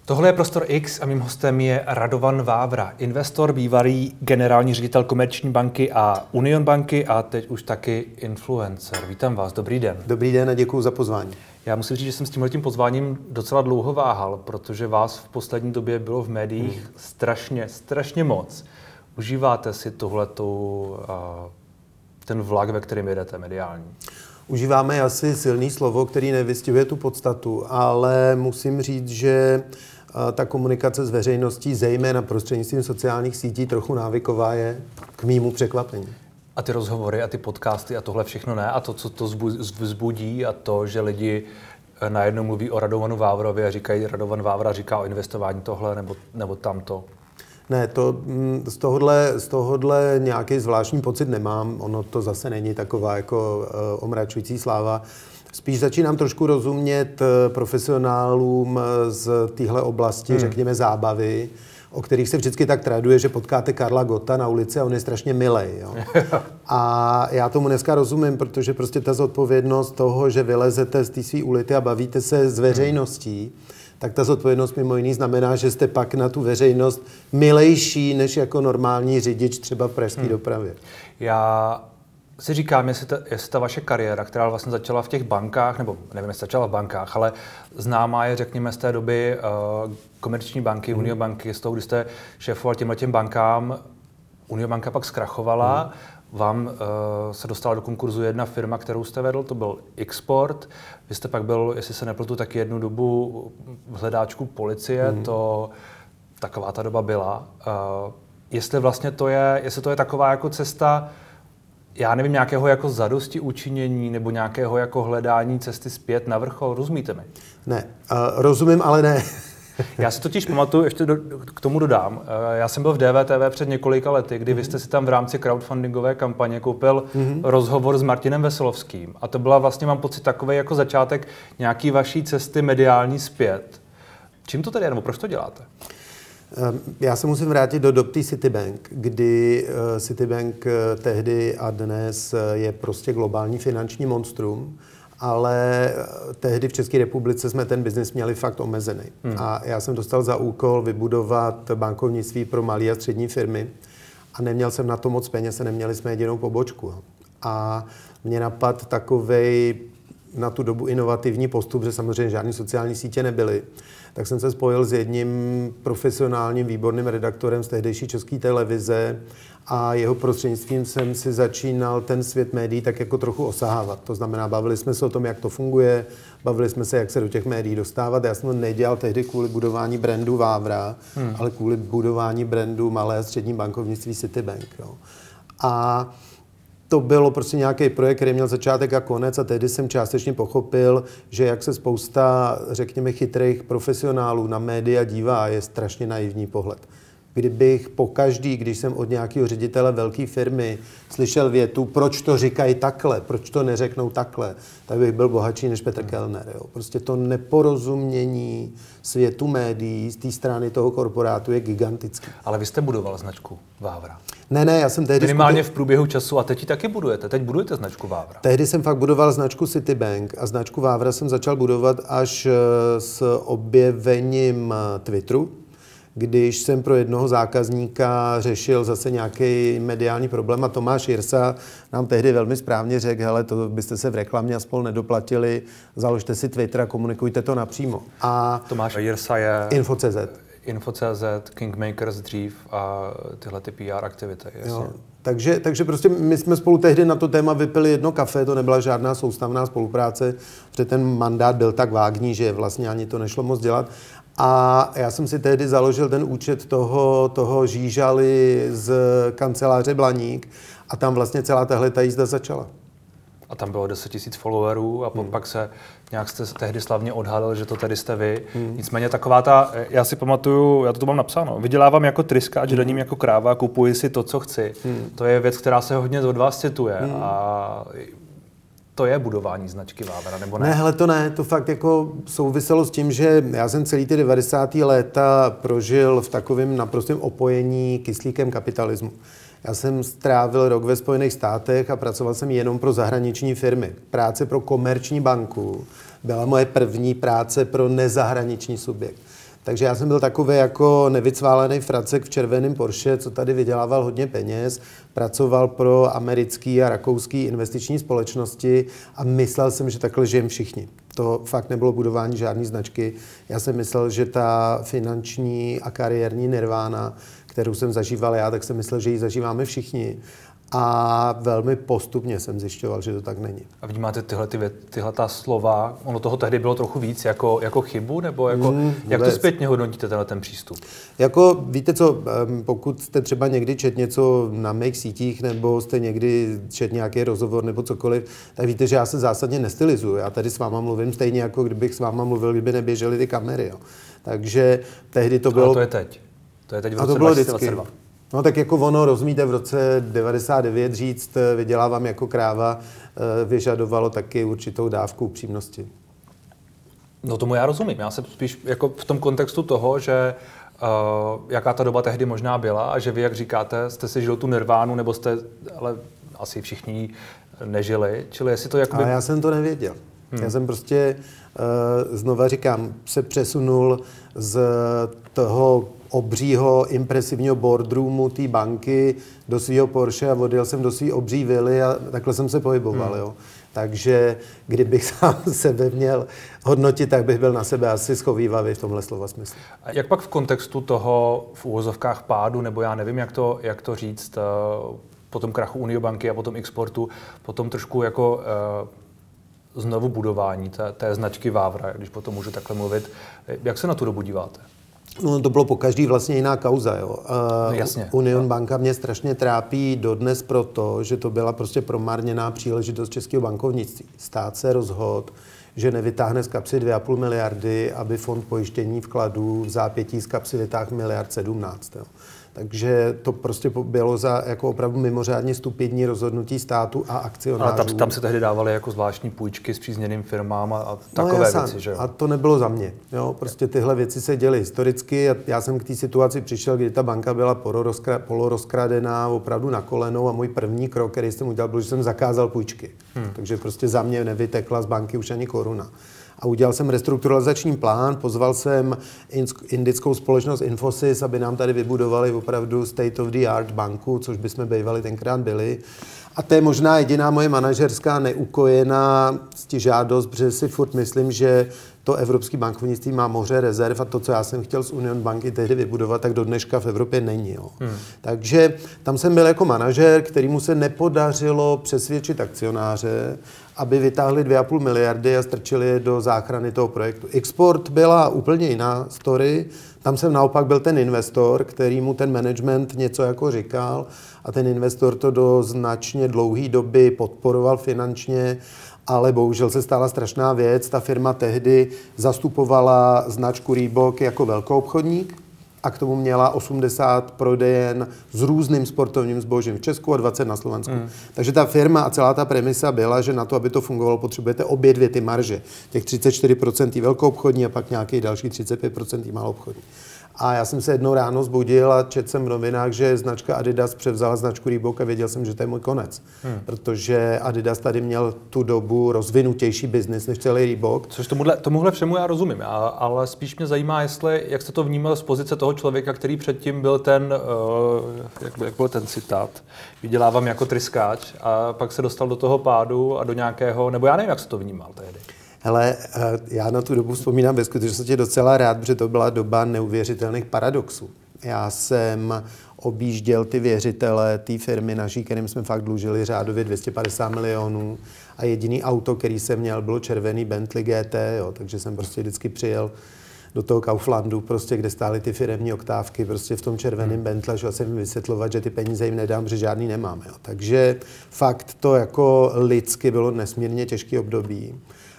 Tohle je Prostor X a mým hostem je Radovan Vávra, investor, bývalý generální ředitel Komerční banky a Union banky a teď už taky influencer. Vítám vás, dobrý den. Dobrý den a děkuji za pozvání. Já musím říct, že jsem s tímhletím pozváním docela dlouho váhal, protože vás v poslední době bylo v médiích strašně moc. Užíváte si ten vlak, ve kterém jedete, mediální? Užíváme asi silný slovo, který nevystihuje tu podstatu, ale musím říct, že ta komunikace s veřejností, zejména prostřednictvím sociálních sítí, trochu návyková je k mému překvapení. A ty rozhovory a ty podcasty a tohle všechno ne? A to, co to vzbudí a to, že lidi najednou mluví o Radovanu Vávrovi a říkají, Radovan Vávra říká o investování tohle nebo tamto? Ne, z tohohle nějaký zvláštní pocit nemám. Ono to zase není taková jako omračující sláva. Spíš začínám trošku rozumět profesionálům z téhle oblasti, řekněme zábavy, o kterých se vždycky tak traduje, že potkáte Karla Gotta na ulici a on je strašně milej. Jo? A já tomu dneska rozumím, protože prostě ta zodpovědnost toho, že vylezete z té své ulici a bavíte se s veřejností, tak ta zodpovědnost mimo jiný znamená, že jste pak na tu veřejnost milejší než jako normální řidič třeba v pražské dopravě. Já si říkám, jestli ta vaše kariéra, která vlastně začala v těch bankách, nebo nevím, jestli začala v bankách, ale známá je, řekněme, z té doby Komerční banky, Union banky, z toho, kdy jste šéfoval těmhletěm bankám, Union banka pak zkrachovala, vám se dostala do konkurzu jedna firma, kterou jste vedl, to byl Export. Vy jste pak byl, jestli se nepletu, taky jednu dobu v hledáčku policie, taková ta doba byla. Jestli vlastně to je taková jako cesta, já nevím, nějakého jako zadosti učinění nebo nějakého jako hledání cesty zpět na vrchol, rozumíte mi? Ne, rozumím, ale ne. Já si totiž pamatuju, ještě k tomu dodám, já jsem byl v DVTV před několika lety, kdy vy jste si tam v rámci crowdfundingové kampaně koupil rozhovor s Martinem Veselovským. A to byla vlastně, mám pocit, takový jako začátek nějaký vaší cesty mediální zpět. Čím to tedy je, nebo proč to děláte? Já se musím vrátit do dob Citibank, kdy Citibank tehdy a dnes je prostě globální finanční monstrum, ale tehdy v České republice jsme ten biznis měli fakt omezený. A já jsem dostal za úkol vybudovat bankovnictví pro malé a střední firmy a neměl jsem na to moc peněz a neměli jsme jedinou pobočku. A mě napadl takovej na tu dobu inovativní postup, že samozřejmě žádné sociální sítě nebyly. Tak jsem se spojil s jedním profesionálním výborným redaktorem z tehdejší České televize a jeho prostřednictvím jsem si začínal ten svět médií tak jako trochu osahávat. To znamená, bavili jsme se o tom, jak to funguje, bavili jsme se, jak se do těch médií dostávat. Já jsem to nedělal tehdy kvůli budování brandu Vávra, ale kvůli budování brandu malé a střední bankovnictví Citibank. Jo. A to bylo prostě nějaký projekt, který měl začátek a konec a tehdy jsem částečně pochopil, že jak se spousta, řekněme, chytrých profesionálů na média dívá, je strašně naivní pohled. Kdybych pokaždý, když jsem od nějakého ředitele velké firmy slyšel větu, proč to říkají takhle, proč to neřeknou takhle, tak bych byl bohatší než Petr Kellner. Jo. Prostě to neporozumění světu médií z té strany toho korporátu je gigantický. Ale vy jste budoval značku Vávra. Ne, já jsem tehdy... Minimálně v průběhu času a teď ji taky budujete. Teď budujete značku Vávra. Tehdy jsem fakt budoval značku Citibank a značku Vávra jsem začal budovat až s objevením Twitteru, když jsem pro jednoho zákazníka řešil zase nějaký mediální problém a Tomáš Jirsa nám tehdy velmi správně řekl, hele, to byste se v reklamě a spolu nedoplatili, založte si Twitter a komunikujte to napřímo. A Tomáš Jirsa je... Info.cz, Kingmakers dřív a tyhle ty PR aktivity. Jo, takže prostě my jsme spolu tehdy na to téma vypili jedno kafe, to nebyla žádná soustavná spolupráce, protože ten mandát byl tak vágní, že vlastně ani to nešlo moc dělat. A já jsem si tehdy založil ten účet toho žížaly z kanceláře Blaník a tam vlastně celá tahle ta jízda začala. A tam bylo 10 000 followerů a pak se nějak jste tehdy slavně odhalil, že to tady jste vy. Nicméně taková ta, já si pamatuju, já to tu mám napsáno, vydělávám jako tryskáč, daním jako kráva, kupuji si to, co chci. To je věc, která se hodně od vás cituje a to je budování značky Vávra, nebo ne? Ne, hele, to ne, to fakt jako souviselo s tím, že já jsem celý ty 90. léta prožil v takovém naprostém opojení kyslíkem kapitalismu. Já jsem strávil rok ve Spojených státech a pracoval jsem jenom pro zahraniční firmy. Práce pro Komerční banku byla moje první práce pro nezahraniční subjekt. Takže já jsem byl takový jako nevycválený fracek v červeném Porsche, co tady vydělával hodně peněz, pracoval pro americký a rakouský investiční společnosti a myslel jsem, že takhle žijem všichni. To fakt nebylo budování žádné značky. Já jsem myslel, že ta finanční a kariérní nirvána, kterou jsem zažíval já, tak jsem myslel, že ji zažíváme všichni. A velmi postupně jsem zjišťoval, že to tak není. A vnímáte tyhle slova, ono toho tehdy bylo trochu víc jako chybu, nebo jako, jak to zpětně hodnotíte ten přístup? Jako, víte co, pokud jste třeba někdy čet něco na mých sítích, nebo jste někdy čet nějaký rozhovor, nebo cokoliv, tak víte, že já se zásadně nestylizuju. Já tady s váma mluvím stejně, jako kdybych s váma mluvil, kdyby neběžely ty kamery. Jo. Takže tehdy to bylo... Ale to je teď. To je teď v roce 2022. No tak jako ono, rozumíte, v roce 99 říct, vydělávám jako kráva, vyžadovalo taky určitou dávku upřímnosti. No tomu já rozumím. Já jsem spíš jako v tom kontextu toho, že jaká ta doba tehdy možná byla a že vy, jak říkáte, jste si žil tu nirvánu, nebo jste, ale asi všichni nežili. Čili jestli to jakoby... A já jsem to nevěděl. Já jsem prostě, znova říkám, se přesunul z toho obřího impresivního boardroomu té banky do svého Porsche a odjel jsem do svý obří vily a takhle jsem se pohyboval. Jo. Takže kdybych sám sebe měl hodnotit, tak bych byl na sebe asi schovívavý v tomhle slova smyslu. A jak pak v kontextu toho v úvozovkách pádu, nebo já nevím, jak to říct, po tom krachu Uniobanky a potom exportu, potom trošku jako znovu budování té značky Vávra, když potom můžu takhle mluvit. Jak se na tu dobu díváte? No, to bylo po každý vlastně jiná kauza. Jo. No, jasně. Union banka mě strašně trápí dodnes proto, že to byla prostě promarněná příležitost českého bankovnictví. Stát se rozhodl, že nevytáhne z kapsy 2,5 miliardy, aby fond pojištění vkladů v zápětí z kapsy vytáhl 1,17 miliard. Jo. Takže to prostě bylo za jako opravdu mimořádně stupidní rozhodnutí státu a akcionářů. Ale tam se tehdy dávaly jako zvláštní půjčky s přízněným firmám a takové věci, že jo? A to nebylo za mě. Jo? Prostě tyhle věci se děly historicky a já jsem k té situaci přišel, kdy ta banka byla polorozkradená, opravdu na kolenou a můj první krok, který jsem udělal, byl, že jsem zakázal půjčky. Takže prostě za mě nevytekla z banky už ani koruna. A udělal jsem restrukturalizační plán, pozval jsem indickou společnost Infosys, aby nám tady vybudovali opravdu state of the art banku, což bychom bývali tenkrát byli. A to je možná jediná moje manažerská neukojená žádost, protože si furt myslím, že to evropské bankovnictví má moře rezerv a to, co já jsem chtěl z Union banky tehdy vybudovat, tak do dneška v Evropě není. Jo. Takže tam jsem byl jako manažer, kterému se nepodařilo přesvědčit akcionáře, aby vytáhli 2,5 miliardy a strčili je do záchrany toho projektu. Export byla úplně jiná story. Tam jsem naopak byl ten investor, kterýmu ten management něco jako říkal a ten investor to do značně dlouhé doby podporoval finančně, ale bohužel se stala strašná věc. Ta firma tehdy zastupovala značku Reebok jako velkoobchodník a k tomu měla 80 prodejen s různým sportovním zbožím v Česku a 20 na Slovensku. Takže ta firma a celá ta premisa byla, že na to, aby to fungovalo, potřebujete obě dvě ty marže. Těch 34% velkoobchodní a pak nějaký další 35% maloobchodní. A já jsem se jednou ráno zbudil a četl jsem v novinách, že značka Adidas převzala značku Reebok a věděl jsem, že to je můj konec. Protože Adidas tady měl tu dobu rozvinutější biznis než celý Reebok. Což tomuhle všemu já rozumím, ale spíš mě zajímá, jak jste to vnímal z pozice toho člověka, který předtím byl ten, jak byl ten citát, vydělávám jako tryskáč a pak se dostal do toho pádu a do nějakého, nebo já nevím, jak se to vnímal tehdy. Hele, já na tu dobu vzpomínám ve skutečnosti docela rád, protože to byla doba neuvěřitelných paradoxů. Já jsem objížděl ty věřitele, ty firmy naší, kterým jsme fakt dlužili řádově 250 milionů a jediný auto, který jsem měl, bylo červený Bentley GT, jo, takže jsem prostě vždycky přijel do toho Kauflandu, prostě, kde stály ty firemní oktávky, prostě v tom červeném Bentley, a šel jsem jim vysvětlovat, že ty peníze jim nedám, protože žádný nemám. Jo. Takže fakt to jako lidsky bylo nesmírně těžký období.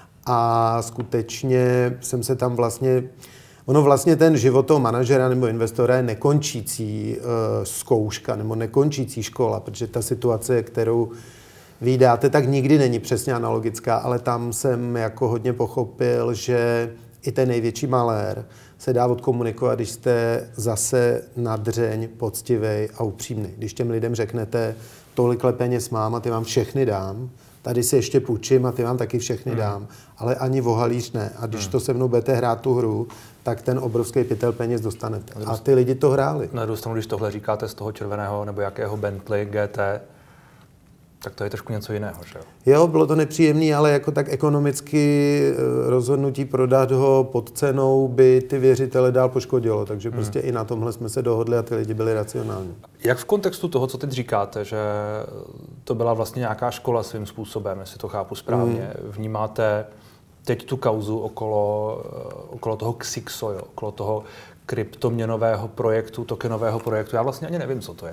A skutečně jsem se tam vlastně ten život toho manažera nebo investora je nekončící zkouška nebo nekončící škola, protože ta situace, kterou vy dáte, tak nikdy není přesně analogická, ale tam jsem jako hodně pochopil, že i ten největší malér se dá odkomunikovat, když jste zase nadřeň, poctivej a upřímný. Když těm lidem řeknete, tolikle peněz mám a ty vám všechny dám, tady si ještě půjčím a ty vám taky všechny dám. Ale ani o halíř ne. A když to se mnou budete hrát tu hru, tak ten obrovský pytel peněz dostanete. A ty lidi to hráli. Na druhou stranu, když tohle říkáte z toho červeného nebo jakého Bentley GT, tak to je trošku něco jiného, že jo? Jo, bylo to nepříjemné, ale jako tak ekonomicky rozhodnutí prodat ho pod cenou by ty věřitele dál poškodilo. Takže prostě i na tomhle jsme se dohodli a ty lidi byli racionální. Jak v kontextu toho, co teď říkáte, že to byla vlastně nějaká škola svým způsobem, jestli to chápu správně, vnímáte teď tu kauzu okolo toho Xixo, jo, okolo toho kryptoměnového projektu, tokenového projektu? Já vlastně ani nevím, co to je.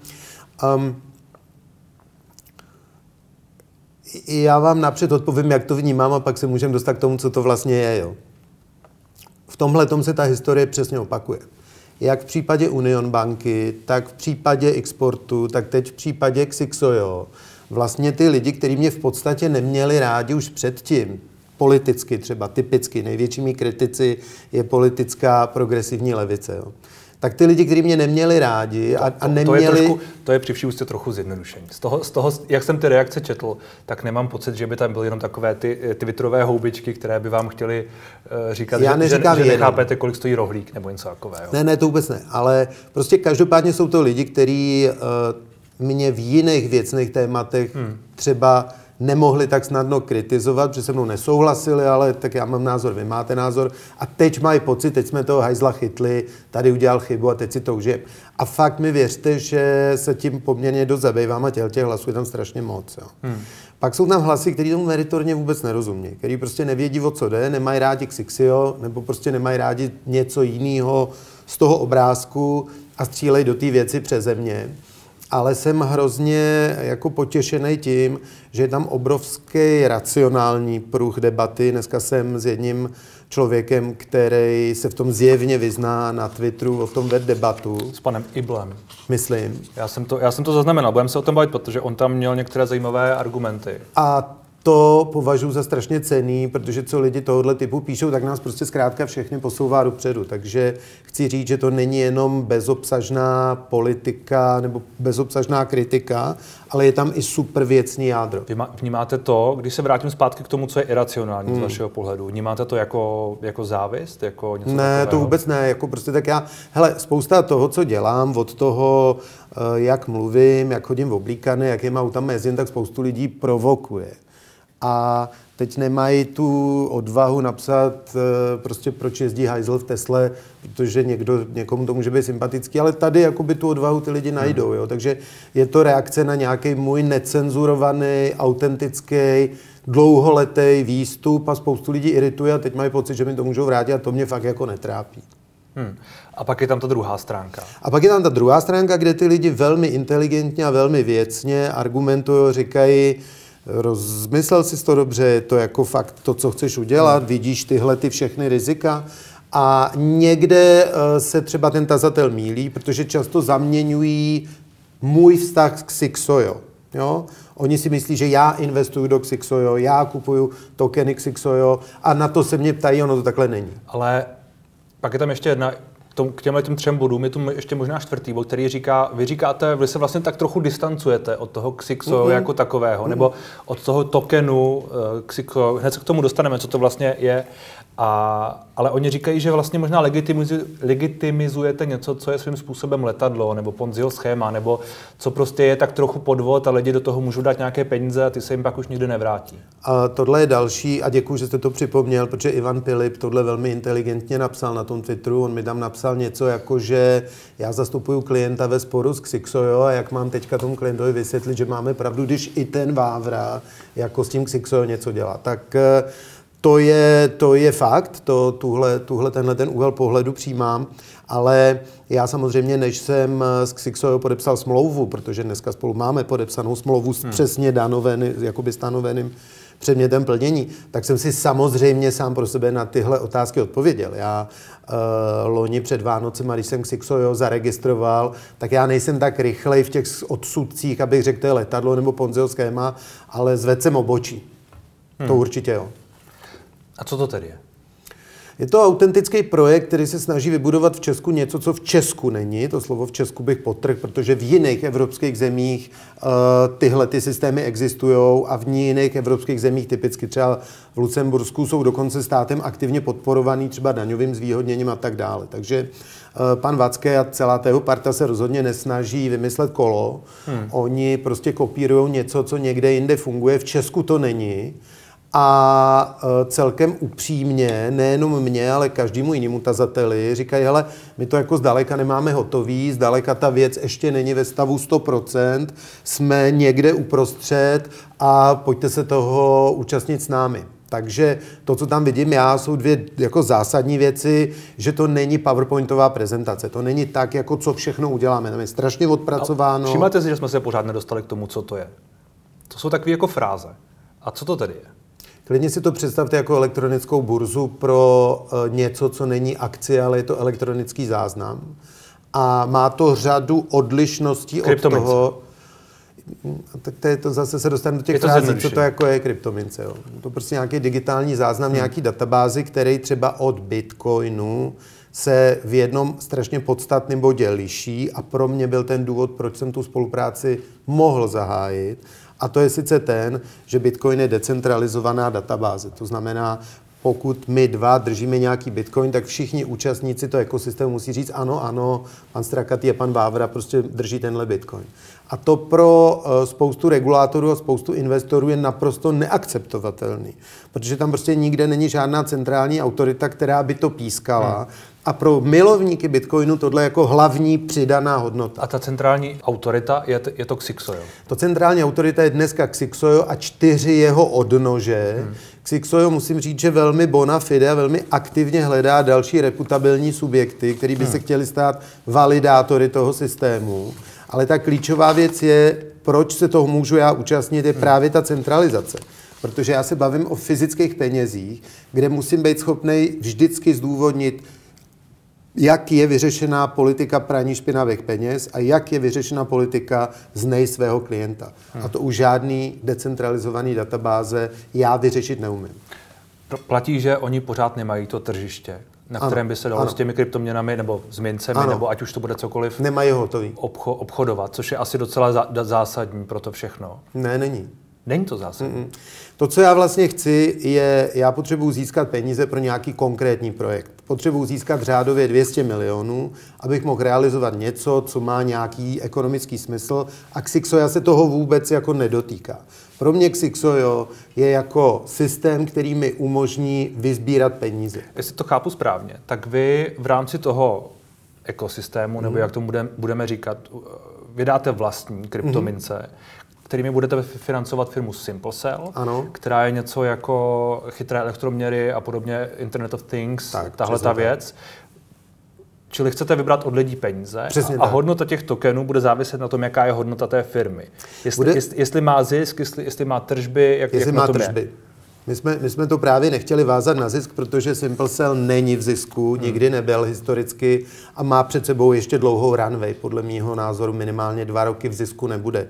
Já vám napřed odpovím, jak to vnímám a pak se můžeme dostat k tomu, co to vlastně je. Jo. V tomhletom se ta historie přesně opakuje. Jak v případě Union banky, tak v případě Exportu, tak teď v případě Xixo. Jo. Vlastně ty lidi, kteří mě v podstatě neměli rádi už předtím, politicky třeba, typicky největšími kritici je politická progresivní levice. Jo. Tak ty lidi, kteří mě neměli rádi a neměli... To je při vší úctě trochu zjednodušení. Z toho, jak jsem ty reakce četl, tak nemám pocit, že by tam byly jenom takové ty twitterové houbičky, které by vám chtěli říkat, že nechápete, kolik stojí rohlík nebo něco takového. Ne, to vůbec ne. Ale prostě každopádně jsou to lidi, kteří mě v jiných věcných tématech třeba nemohli tak snadno kritizovat, protože se mnou nesouhlasili, ale tak já mám názor, vy máte názor. A teď mají pocit, teď jsme toho hajzla chytli, tady udělal chybu a teď si to užijem. A fakt mi věřte, že se tím poměrně dost zabývám a těch hlasů je tam strašně moc. Jo. Pak jsou tam hlasy, kteří tomu meritorně vůbec nerozumí, kteří prostě nevědí, o co jde, nemají rádi Xixio, nebo prostě nemají rádi něco jiného z toho obrázku a střílejí do té věci přeze mě. Ale jsem hrozně jako potěšený tím, že je tam obrovský racionální pruh debaty. Dneska jsem s jedním člověkem, který se v tom zjevně vyzná na Twitteru, o tom vedl debatu. S panem Iblem. Myslím. Já jsem to zaznamenal, budeme se o tom bavit, protože on tam měl některé zajímavé argumenty. A to považuji za strašně cenný, protože co lidi tohohle typu píšou, tak nás prostě zkrátka všechny posouvá dopředu. Takže chci říct, že to není jenom bezobsažná politika nebo bezobsažná kritika, ale je tam i super věcný jádro. Vnímáte to, když se vrátím zpátky k tomu, co je iracionální z vašeho pohledu, vnímáte to jako závist? Jako něco takového? To vůbec ne. Jako prostě tak spousta toho, co dělám, od toho, jak mluvím, jak chodím oblíkaný, jakýma autama jezdím, tak spoustu lidí provokuje. A teď nemají tu odvahu napsat prostě proč jezdí hajzl v Tesle, protože někomu to může být sympatický, ale tady jakoby tu odvahu ty lidi najdou. Jo? Takže je to reakce na nějaký můj necenzurovaný, autentický, dlouholetý výstup a spoustu lidí irituje a teď mají pocit, že mi to můžou vrátit a to mě fakt jako netrápí. A pak je tam ta druhá stránka. A pak je tam ta druhá stránka, kde ty lidi velmi inteligentně a velmi věcně argumentují, říkají, rozmyslel jsi to dobře, je to jako fakt to, co chceš udělat, vidíš tyhle ty všechny rizika a někde se třeba ten tazatel mýlí, protože často zaměňují můj vztah k Xixo, jo. Oni si myslí, že já investuju do Xixo, já kupuju tokeny Xixo a na to se mě ptají, ono to takhle není. Ale pak je tam ještě jedna, k těmhle 3 bodům je tu ještě možná 4. bod, který říká, vy se vlastně tak trochu distancujete od toho Xixo jako takového, nebo od toho tokenu Xixo, hned se k tomu dostaneme, co to vlastně je, ale oni říkají, že vlastně možná legitimizujete něco, co je svým způsobem letadlo, nebo Ponziho schéma, nebo co prostě je tak trochu podvod a lidi do toho můžou dát nějaké peníze a ty se jim pak už nikdy nevrátí. A tohle je další, a děkuji, že jste to připomněl, protože Ivan Pilip tohle velmi inteligentně napsal na tom Twitteru, on mi tam napsal něco jako, že já zastupuju klienta ve sporu s Xixo, a jak mám teďka tomu klientovi vysvětlit, že máme pravdu, když i ten Vávra jako s tím Xixo něco dělá. Tak to je fakt, tenhle ten úhel pohledu přijímám, ale já samozřejmě, než jsem s Xixo podepsal smlouvu, protože dneska spolu máme podepsanou smlouvu s přesně jakoby stanoveným předmětem plnění, tak jsem si samozřejmě sám pro sebe na tyhle otázky odpověděl. Já loni před Vánocema, když jsem Xixo zaregistroval, tak já nejsem tak rychlej v těch odsudcích, abych řekl, to je letadlo nebo Ponziho schéma, ale zvedl jsem obočí. To určitě jo. A co to tedy je? Je to autentický projekt, který se snaží vybudovat v Česku něco, co v Česku není. To slovo v Česku bych podtrhl, protože v jiných evropských zemích tyhle ty systémy existují a v jiných evropských zemích, typicky třeba v Lucembursku, jsou dokonce státem aktivně podporovaný třeba daňovým zvýhodněním a tak dále. Takže pan Vacké a celá tého parta se rozhodně nesnaží vymyslet kolo. Oni prostě kopírují něco, co někde jinde funguje. V Česku to není. A celkem upřímně, nejenom mě, ale každému jinému tazateli říkají, hele, my to jako zdaleka nemáme hotový, zdaleka ta věc ještě není ve stavu 100%, jsme někde uprostřed a pojďte se toho účastnit s námi. Takže to, co tam vidím já, jsou dvě jako zásadní věci, že to není PowerPointová prezentace. To není tak, jako co všechno uděláme. Tam je strašně odpracováno. Všimněte si, že jsme se pořád nedostali k tomu, co to je. To jsou takové jako fráze. A co to tedy je? Klidně si to představte jako elektronickou burzu pro něco, co není akcie, ale je to elektronický záznam. A má to řadu odlišností od toho... Tak to zase se dostane do těch frází, co to jako je kryptomince. Jo. To prostě nějaký digitální záznam, nějaký databázy, který třeba od Bitcoinu se v jednom strašně podstatném bodě liší a pro mě byl ten důvod, proč jsem tu spolupráci mohl zahájit. A to je sice ten, že Bitcoin je decentralizovaná databáze. To znamená, pokud my dva držíme nějaký Bitcoin, tak všichni účastníci toho ekosystému musí říct ano, pan Strakatý a pan Vávra prostě drží tenhle Bitcoin. A to pro spoustu regulátorů a spoustu investorů je naprosto neakceptovatelný, protože tam prostě nikde není žádná centrální autorita, která by to pískala. A pro milovníky Bitcoinu tohle je jako hlavní přidaná hodnota. A ta centrální autorita je to Xixojo? To centrální autorita je dneska Xixojo a 4 jeho odnože. Xixojo musím říct, že velmi bona fide a velmi aktivně hledá další reputabilní subjekty, který by se chtěli stát validátory toho systému. Ale ta klíčová věc je, proč se toho můžu já účastnit, je právě ta centralizace. Protože já se bavím o fyzických penězích, kde musím být schopnej vždycky zdůvodnit, jak je vyřešená politika praní špinavých peněz a jak je vyřešená politika znej svého klienta. A to už žádný decentralizovaný databáze já vyřešit neumím. Platí, že oni pořád nemají to tržiště, na kterém by se dalo s těmi kryptoměnami nebo s mincemi, nebo ať už to bude cokoliv, nemají hotový. Obchodovat, což je asi docela zásadní pro to všechno. Ne, není. Není to zásadní. To, co já vlastně chci, je, já potřebuji získat peníze pro nějaký konkrétní projekt. Potřebuji získat řádově 200 milionů, abych mohl realizovat něco, co má nějaký ekonomický smysl a Xixojo se toho vůbec jako nedotýká. Pro mě Xixojo je jako systém, který mi umožní vysbírat peníze. Jestli to chápu správně, tak vy v rámci toho ekosystému, nebo jak tomu budeme říkat, vydáte vlastní kryptomince, kterými budete financovat firmu SimpleCell, která je něco jako chytré elektroměry a podobně Internet of Things, tahle ta věc. Čili chcete vybrat od lidí peníze a hodnota těch tokenů bude záviset na tom, jaká je hodnota té firmy. Jestli má zisk, jestli má tržby, jak má tržby. My jsme to právě nechtěli vázat na zisk, protože SimpleCell není v zisku, nikdy nebyl historicky a má před sebou ještě dlouhou runway. Podle mýho názoru minimálně 2 roky v zisku nebude.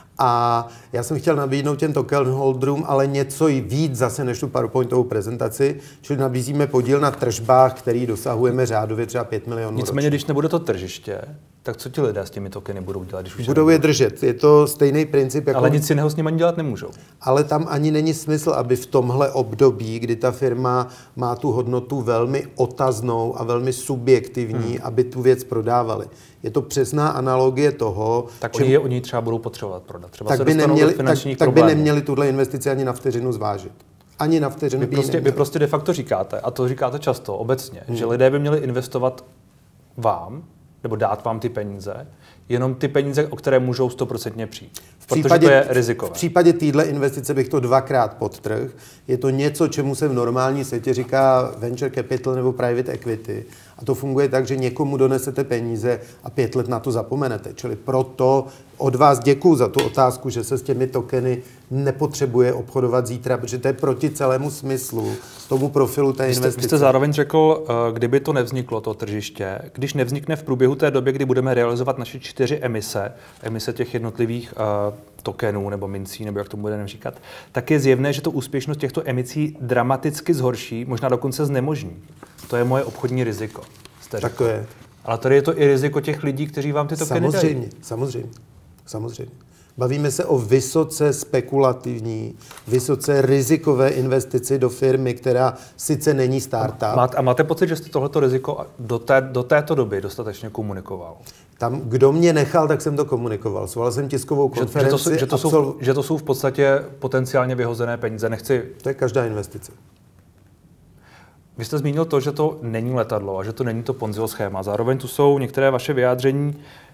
A já jsem chtěl nabídnout těm token holderům, ale něco i víc zase než tu PowerPointovou prezentaci, čili nabízíme podíl na tržbách, který dosahujeme řádově třeba 5 milionů ročně. Nicméně, když nebude to tržiště, tak co ti lidé s těmi tokeny budou dělat? Když už budou je držet. Je to stejný princip jako... Ale nic jiného s nimi ani dělat nemůžou. Ale tam ani není smysl, aby v tomhle období, kdy ta firma má tu hodnotu velmi otaznou a velmi subjektivní, aby tu věc prodávali. Je to přesná analogie toho... Tak že oni třeba budou potřebovat prodat. Třeba tak se by neměli, tak by neměli tuhle investici ani na vteřinu zvážit. Ani na vteřinu vy prostě de facto říkáte, a to říkáte často, obecně, že lidé by měli investovat vám, nebo dát vám ty peníze, jenom ty peníze, o které můžou 100% přijít. Protože to je rizikové. V případě téhle investice bych to 2krát podtrhl. Je to něco, čemu se v normální světě říká venture capital nebo private equity. A to funguje tak, že někomu donesete peníze a 5 let na to zapomenete. Čili proto od vás děkuju za tu otázku, že se s těmi tokeny nepotřebuje obchodovat zítra, protože to je proti celému smyslu, tomu profilu té investice. Vy jste zároveň řekl, kdyby to nevzniklo, to tržiště, když nevznikne v průběhu té doby, kdy budeme realizovat naše 4 emise těch jednotlivých tokenů nebo mincí, nebo jak tomu budeme říkat, tak je zjevné, že to úspěšnost těchto emisí dramaticky zhorší, možná dokonce znemožní. To je moje obchodní riziko. Tak to je. Ale tady je to i riziko těch lidí, kteří vám ty tokeny dají. Samozřejmě. Bavíme se o vysoce spekulativní, vysoce rizikové investici do firmy, která sice není startup. A máte pocit, že jste tohleto riziko do této doby dostatečně komunikoval? Tam, kdo mě nechal, tak jsem to komunikoval. Svolal jsem tiskovou konferenci. Že to jsou v podstatě potenciálně vyhozené peníze. To je každá investice. Vy jste zmínil to, že to není letadlo a že to není to Ponziho schéma. Zároveň tu jsou některé vaše vyjádření.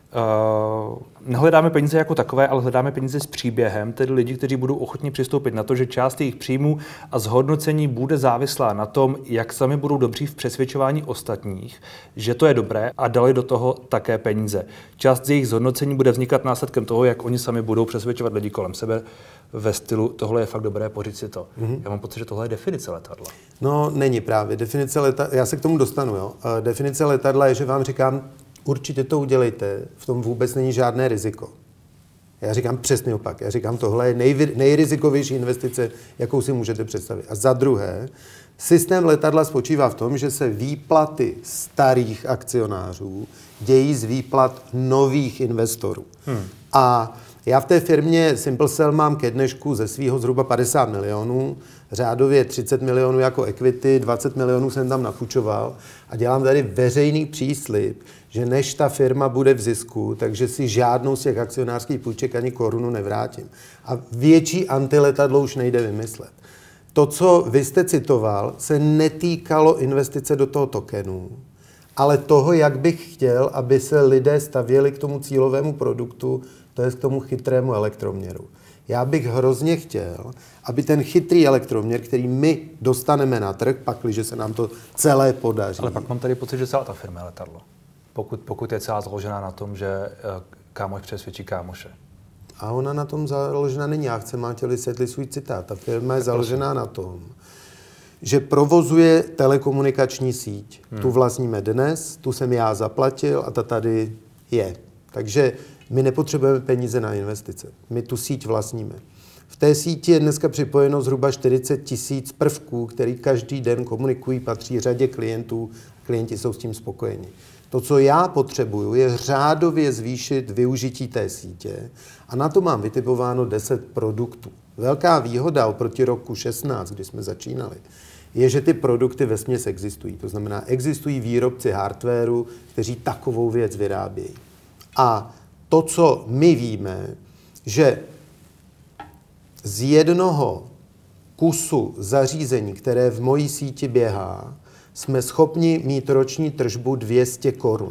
Nehledáme peníze jako takové, ale hledáme peníze s příběhem, tedy lidi, kteří budou ochotni přistoupit na to, že část jejich příjmů a zhodnocení bude závislá na tom, jak sami budou dobří v přesvědčování ostatních, že to je dobré a dali do toho také peníze. Část z jejich zhodnocení bude vznikat následkem toho, jak oni sami budou přesvědčovat lidi kolem sebe ve stylu tohle je fakt dobré, pořiď si to. Já mám pocit, že tohle je definice letadla. No, není právě. Definice letadla, já se k tomu dostanu, jo. Definice letadla je, že vám říkám, určitě to udělejte, v tom vůbec není žádné riziko. Já říkám přesný opak. Já říkám, tohle je nejrizikovější investice, jakou si můžete představit. A za druhé, systém letadla spočívá v tom, že se výplaty starých akcionářů dějí z výplat nových investorů. A já v té firmě SimpleCell mám ke dnešku ze svýho zhruba 50 milionů, řádově 30 milionů jako equity, 20 milionů jsem tam napůjčoval a dělám tady veřejný příslib, že než ta firma bude v zisku, takže si žádnou z těch akcionářských půjček ani korunu nevrátím. A větší antiletadlo už nejde vymyslet. To, co vy jste citoval, se netýkalo investice do toho tokenu, ale toho, jak bych chtěl, aby se lidé stavěli k tomu cílovému produktu, to je k tomu chytrému elektroměru. Já bych hrozně chtěl, aby ten chytrý elektroměr, který my dostaneme na trh, pakliže se nám to celé podaří. Ale pak mám tady pocit, že celá ta firma je letadlo. Pokud je celá založená na tom, že kámoš přesvědčí kámoše. A ona na tom založená není. Já chci Máťo vysvětlit svůj citát. Ta firma je založená na tom, že provozuje telekomunikační síť. Tu vlastníme dnes, tu jsem já zaplatil a ta tady je. Takže my nepotřebujeme peníze na investice. My tu síť vlastníme. V té síti je dneska připojeno zhruba 40 000 prvků, který každý den komunikují, patří řadě klientů. Klienti jsou s tím spokojeni. To, co já potřebuju, je řádově zvýšit využití té sítě a na to mám vytipováno 10 produktů. Velká výhoda oproti roku 16, kdy jsme začínali, je, že ty produkty vesměs existují. To znamená, existují výrobci hardwaru, kteří takovou věc vyrábějí. A to, co my víme, že z jednoho kusu zařízení, které v mojí síti běhá, jsme schopni mít roční tržbu 200 korun.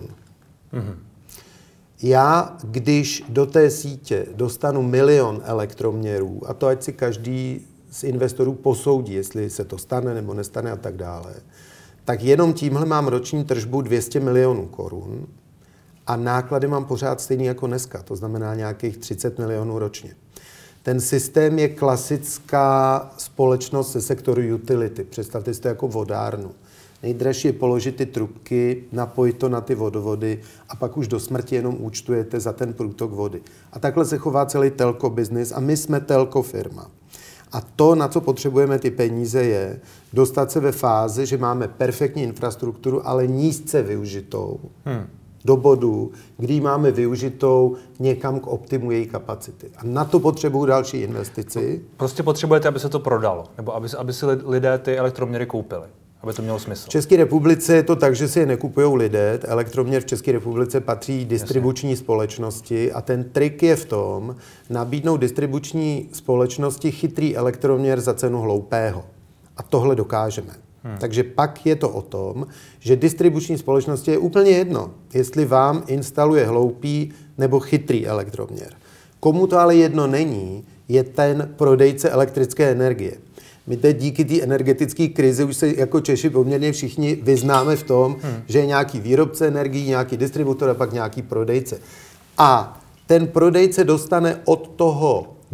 Já, když do té sítě dostanu 1 000 000 elektroměrů, a to ať si každý z investorů posoudí, jestli se to stane nebo nestane a tak dále, tak jenom tímhle mám roční tržbu 200 milionů korun a náklady mám pořád stejný jako dneska, to znamená nějakých 30 milionů ročně. Ten systém je klasická společnost ze sektoru utility. Představte si to jako vodárnu. Nejdražší je položit ty trubky, napojit to na ty vodovody a pak už do smrti jenom účtujete za ten průtok vody. A takhle se chová celý telko business a my jsme telko firma. A to, na co potřebujeme ty peníze, je dostat se ve fázi, že máme perfektní infrastrukturu, ale nízce využitou do bodu, kdy máme využitou někam k optimu její kapacity. A na to potřebují další investici. Prostě potřebujete, aby se to prodalo, nebo aby si lidé ty elektroměry koupili. Aby to mělo smysl. V České republice je to tak, že si je nekupujou lidé. Elektroměr v České republice patří distribuční společnosti a ten trik je v tom nabídnout distribuční společnosti chytrý elektroměr za cenu hloupého. A tohle dokážeme. Takže pak je to o tom, že distribuční společnosti je úplně jedno, jestli vám instaluje hloupý nebo chytrý elektroměr. Komu to ale jedno není, je ten prodejce elektrické energie. My teď díky té energetické krizi už se jako Češi poměrně všichni vyznáme v tom, že je nějaký výrobce energií, nějaký distributor a pak nějaký prodejce. A ten prodejce dostane od toho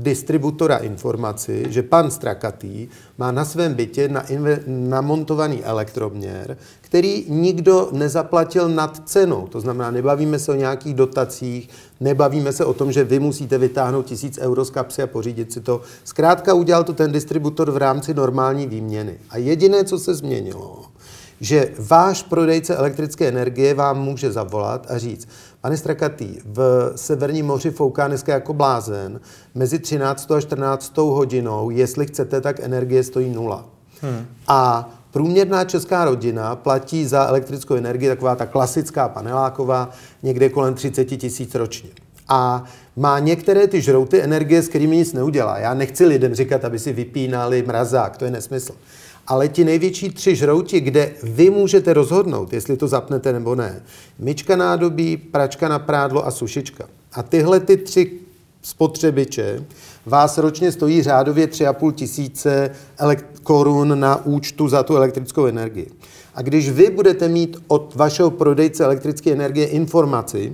distributora informaci, že pan Strakatý má na svém bytě namontovaný elektroměr, který nikdo nezaplatil nad cenou. To znamená, nebavíme se o nějakých dotacích, nebavíme se o tom, že vy musíte vytáhnout 1000 euro z kapsy a pořídit si to. Zkrátka udělal to ten distributor v rámci normální výměny. A jediné, co se změnilo, že váš prodejce elektrické energie vám může zavolat a říct: pane Strakatý, v Severním moři fouká dneska jako blázen, mezi 13. a 14. hodinou, jestli chcete, tak energie stojí 0. A průměrná česká rodina platí za elektrickou energii, taková ta klasická paneláková, někde kolem 30 000 ročně. A má některé ty žrouty energie, s kterými nic neudělá. Já nechci lidem říkat, aby si vypínali mrazák, to je nesmysl. Ale ti největší 3 žrouti, kde vy můžete rozhodnout, jestli to zapnete nebo ne. Myčka nádobí, pračka na prádlo a sušička. A tyhle ty 3 spotřebiče vás ročně stojí řádově 3,5 tisíce korun na účtu za tu elektrickou energii. A když vy budete mít od vašeho prodejce elektrické energie informaci,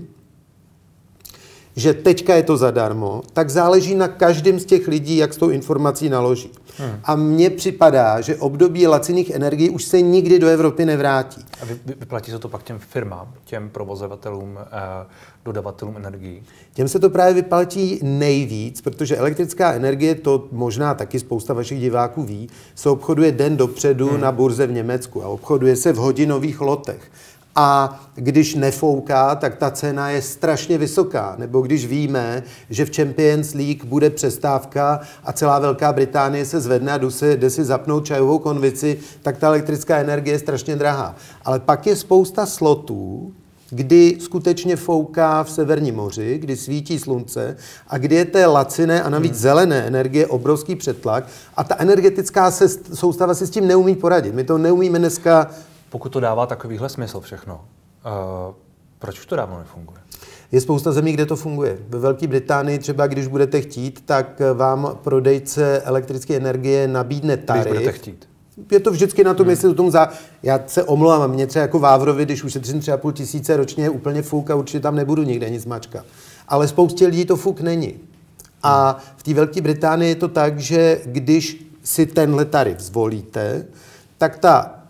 že teďka je to zadarmo, tak záleží na každém z těch lidí, jak s tou informací naloží. A mně připadá, že období laciných energií už se nikdy do Evropy nevrátí. A vyplatí se to pak těm firmám, těm provozovatelům, dodavatelům energií? Těm se to právě vyplatí nejvíc, protože elektrická energie, to možná taky spousta vašich diváků ví, se obchoduje den dopředu na burze v Německu a obchoduje se v hodinových lotech. A když nefouká, tak ta cena je strašně vysoká. Nebo když víme, že v Champions League bude přestávka a celá Velká Británie se zvedne a jde si zapnout čajovou konvici, tak ta elektrická energie je strašně drahá. Ale pak je spousta slotů, kdy skutečně fouká v Severním moři, kdy svítí slunce a kdy je té laciné a navíc zelené energie obrovský přetlak a ta energetická soustava si s tím neumí poradit. My to neumíme dneska. Pokud to dává takovýhle smysl všechno, proč už to dávno nefunguje? Je spousta zemí, kde to funguje. Ve Velké Británii třeba, když budete chtít, tak vám prodejce elektrické energie nabídne tarif. Když budete chtít. Je to vždycky na tom, jestli tomu Já se omlouvám, mě třeba jako Vávrovi, když ušetřím 3,5 tisíce ročně, je úplně fuk a určitě tam nebudu nikde nic mačkat. Ale spoustě lidí to fuk není. A v té Velké Británii je to tak, že když si tenhle tarif zvolíte, tak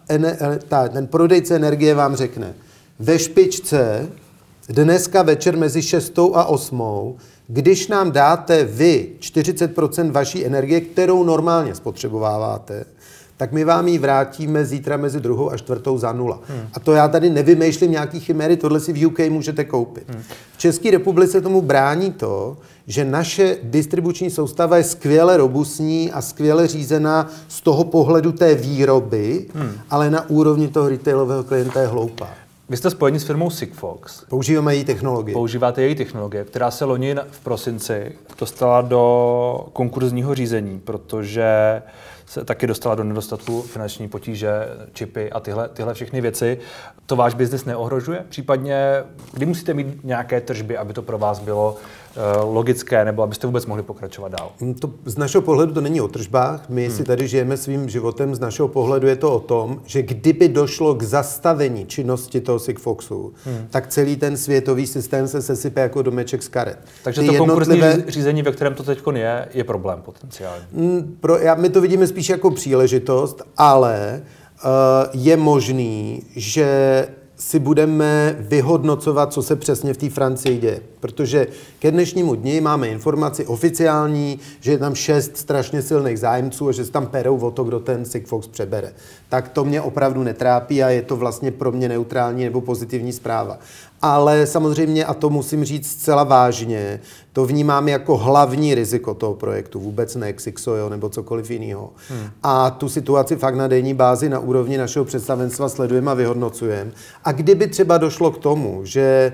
ten prodejce energie vám řekne: ve špičce dneska večer mezi 6. a 8. když nám dáte vy 40% vaší energie, kterou normálně spotřebováváte, tak my vám ji vrátíme zítra mezi 2. a 4. za 0. A to já tady nevymýšlím nějaký chiméry, tohle si v UK můžete koupit. V České republice tomu brání to, že naše distribuční soustava je skvěle robustní a skvěle řízená z toho pohledu té výroby, ale na úrovni toho retailového klienta je hloupá. Vy jste spojeni s firmou Sigfox. Používáme její technologie. Používáte její technologie, která se loni v prosinci dostala do konkurzního řízení, protože se taky dostala do nedostatku finanční potíže, čipy a tyhle všechny věci. To váš biznes neohrožuje? Případně, kdy musíte mít nějaké tržby, aby to pro vás bylo logické, nebo abyste vůbec mohli pokračovat dál? To z našeho pohledu to není o tržbách. My si tady žijeme svým životem. Z našeho pohledu je to o tom, že kdyby došlo k zastavení činnosti toho Sigfoxu, tak celý ten světový systém se sesype jako domeček z karet. Takže to konkurzní řízení, ve kterém to teď je problém potenciálně. My to vidíme spíš jako příležitost, ale je možný, že si budeme vyhodnocovat, co se přesně v té Francii děje. Protože ke dnešnímu dni máme informaci oficiální, že je tam 6 strašně silných zájemců a že se tam perou o to, kdo ten Sigfox přebere. Tak to mě opravdu netrápí a je to vlastně pro mě neutrální nebo pozitivní zpráva. Ale samozřejmě, a to musím říct zcela vážně, to vnímám jako hlavní riziko toho projektu, vůbec ne Xixojo nebo cokoliv jiného. A tu situaci fakt na denní bázi na úrovni našeho představenstva sledujeme a vyhodnocujeme. A kdyby třeba došlo k tomu, že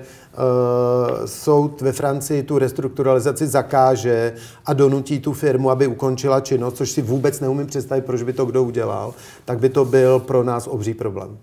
soud ve Francii tu restrukturalizaci zakáže a donutí tu firmu, aby ukončila činnost, což si vůbec neumím představit, proč by to kdo udělal, tak by to byl pro nás obří problém.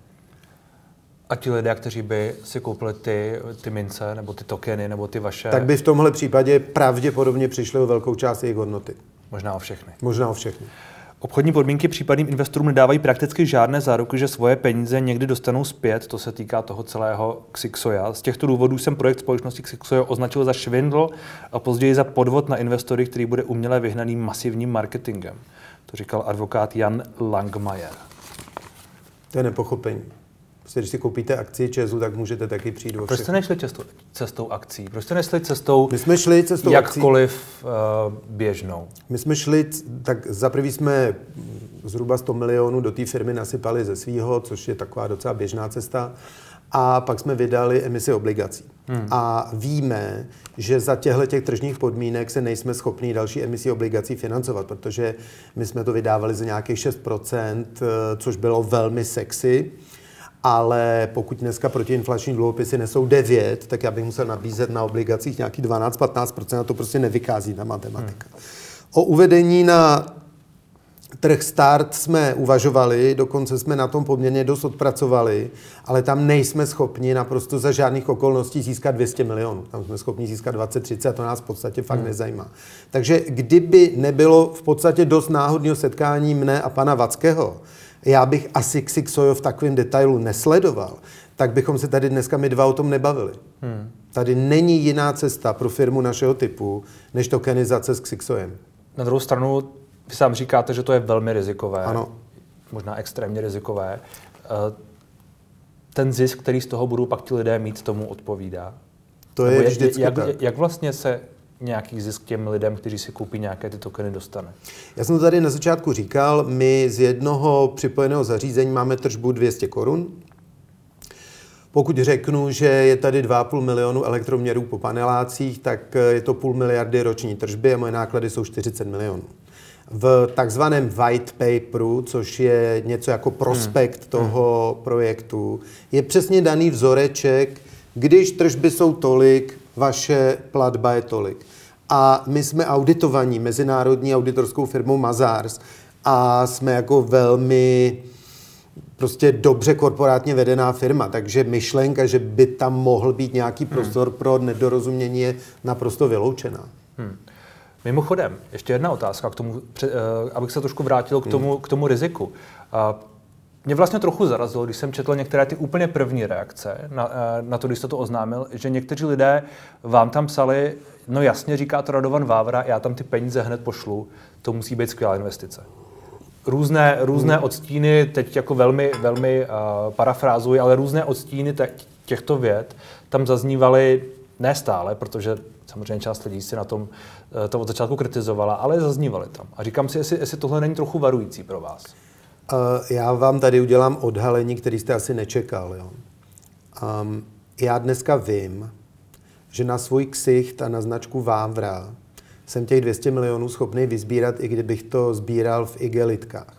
A ti lidé, kteří by si koupili ty mince, nebo ty tokeny, nebo ty vaše... Tak by v tomhle případě pravděpodobně přišli o velkou část jejich hodnoty. Možná o všechny. Možná o všechny. Obchodní podmínky případným investorům nedávají prakticky žádné záruky, že svoje peníze někdy dostanou zpět, to se týká toho celého Xixoja. Z těchto důvodů jsem projekt společnosti Xixoja označil za švindl a později za podvod na investory, který bude uměle vyhnaný masivním marketingem. To říkal advokát Jan Langmajer. To je nepochopení. Když si koupíte akcie ČEZu, tak můžete taky přijít o všechno. Proč jste nešli cestou akcí? Proč jste nešli cestou, my jsme šli cestou jakkoliv běžnou? My jsme šli, tak za prvý jsme zhruba 100 milionů do té firmy nasypali ze svýho, což je taková docela běžná cesta. A pak jsme vydali emisi obligací. A víme, že za těch tržních podmínek se nejsme schopni další emisí obligací financovat, protože my jsme to vydávali za nějakých 6%, což bylo velmi sexy. Ale pokud dneska protiinflační dluhopisy nesou 9, tak já bych musel nabízet na obligacích nějaký 12-15%, a to prostě nevychází ta matematika. O uvedení na trh start jsme uvažovali, dokonce jsme na tom poměrně dost odpracovali, ale tam nejsme schopni naprosto za žádných okolností získat 200 milionů. Tam jsme schopni získat 20-30 a to nás v podstatě fakt nezajímá. Takže kdyby nebylo v podstatě dost náhodného setkání mne a pana Vackého, já bych asi Xixojo v takovém detailu nesledoval, tak bychom se tady dneska my dva o tom nebavili. Tady není jiná cesta pro firmu našeho typu, než tokenizace s Xixojem. Na druhou stranu, vy sám říkáte, že to je velmi rizikové. Ano. Možná extrémně rizikové. Ten zisk, který z toho budou pak ti lidé mít, tomu odpovídá. To je vždycky tak. Jak vlastně se nějaký zisk těm lidem, kteří si koupí nějaké ty tokeny, dostane? Já jsem to tady na začátku říkal, my z jednoho připojeného zařízení máme tržbu 200 korun. Pokud řeknu, že je tady 2,5 milionu elektroměrů po panelácích, tak je to 0,5 miliardy roční tržby a moje náklady jsou 40 milionů. V takzvaném white paperu, což je něco jako prospekt toho projektu, je přesně daný vzoreček, když tržby jsou tolik, vaše platba je tolik. A my jsme auditovaní mezinárodní auditorskou firmou Mazars a jsme jako velmi prostě dobře korporátně vedená firma, takže myšlenka, že by tam mohl být nějaký prostor pro nedorozumění, je naprosto vyloučená. Mimochodem, ještě jedna otázka k tomu, abych se trošku vrátil k tomu riziku. Mě vlastně trochu zarazilo, když jsem četl některé ty úplně první reakce na to, když jste to oznámil, že někteří lidé vám tam psali, no jasně, říká to Radovan Vávra, já tam ty peníze hned pošlu, to musí být skvělá investice. Různé odstíny, teď jako velmi parafrázuji, ale různé odstíny těchto vět tam zaznívaly ne stále, protože samozřejmě část lidí si na tom to od začátku kritizovala, ale zaznívaly tam. A říkám si, jestli tohle není trochu varující pro vás. Já vám tady udělám odhalení, který jste asi nečekal. Jo? Já dneska vím, že na svůj ksicht a na značku Vávra jsem těch 200 milionů schopný vysbírat, i kdybych to sbíral v igelitkách.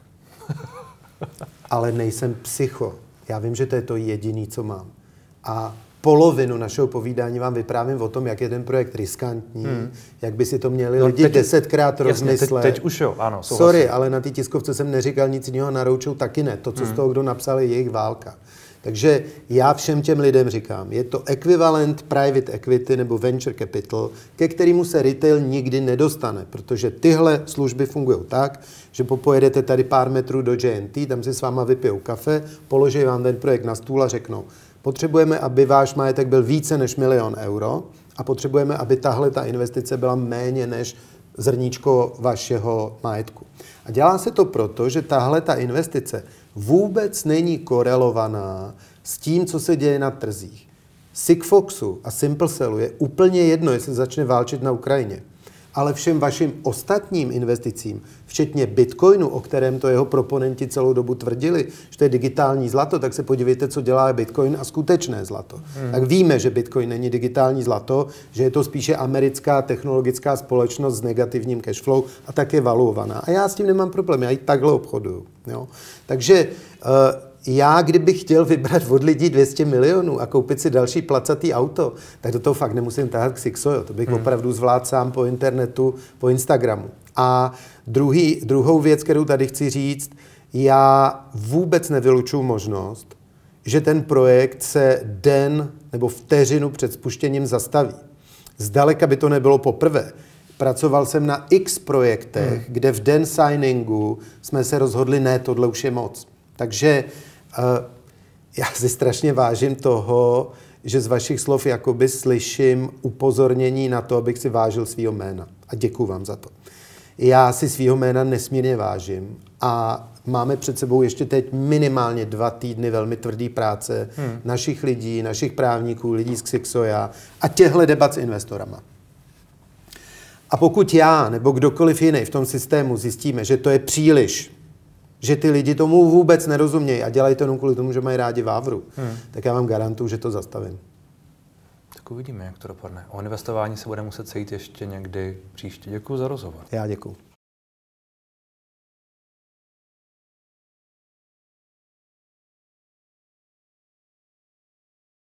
Ale nejsem psycho. Já vím, že to je to jediný, co mám. A polovinu našeho povídání vám vyprávím o tom, jak je ten projekt riskantní, jak by si to měli lidi 10krát rozmyslet. Teď už jo, ano. Sorry, ale na té tiskovce jsem neříkal nic jiného, na Roadshow taky ne. To, co z toho kdo napsal, je jejich válka. Takže já všem těm lidem říkám, je to ekvivalent private equity nebo venture capital, ke kterému se retail nikdy nedostane, protože tyhle služby fungují tak, že popojedete tady pár metrů do JNT, tam si s váma vypijou kafe, položí vám ten projekt na stůl a řeknou, potřebujeme, aby váš majetek byl více než 1 000 000 euro a potřebujeme, aby tahle ta investice byla méně než zrníčko vašeho majetku. A dělá se to proto, že tahle ta investice vůbec není korelovaná s tím, co se děje na trzích. Sigfoxu a SimpleCellu je úplně jedno, jestli začne válčit na Ukrajině. Ale všem vašim ostatním investicím, včetně Bitcoinu, o kterém to jeho proponenti celou dobu tvrdili, že to je digitální zlato, tak se podívejte, co dělá Bitcoin a skutečné zlato. Tak víme, že Bitcoin není digitální zlato, že je to spíše americká technologická společnost s negativním cashflow a tak je valuovaná. A já s tím nemám problém, já ji takhle obchoduju. Jo? Takže já, kdybych chtěl vybrat od lidí 200 milionů a koupit si další placatý auto, tak do toho fakt nemusím tahat Xixojo. To bych opravdu zvládl sám po internetu, po Instagramu. A druhou věc, kterou tady chci říct, já vůbec nevylučuju možnost, že ten projekt se den nebo vteřinu před spuštěním zastaví. Zdaleka by to nebylo poprvé. Pracoval jsem na x projektech, kde v den signingu jsme se rozhodli, ne, tohle už je moc. Takže já si strašně vážím toho, že z vašich slov jakoby slyším upozornění na to, abych si vážil svýho jména. A děkuju vám za to. Já si svýho jména nesmírně vážím a máme před sebou ještě teď minimálně 2 týdny velmi tvrdý práce našich lidí, našich právníků, lidí z Xixoja a těchto debat s investorama. A pokud já nebo kdokoliv jiný v tom systému zjistíme, že to je příliš, že ty lidi tomu vůbec nerozumějí a dělají to jenom kvůli tomu, že mají rádi Vávru, tak já vám garantuju, že to zastavím. Tak uvidíme, jak to dopadne. O investování se bude muset sejít ještě někdy příště. Děkuji za rozhovor. Já děkuju.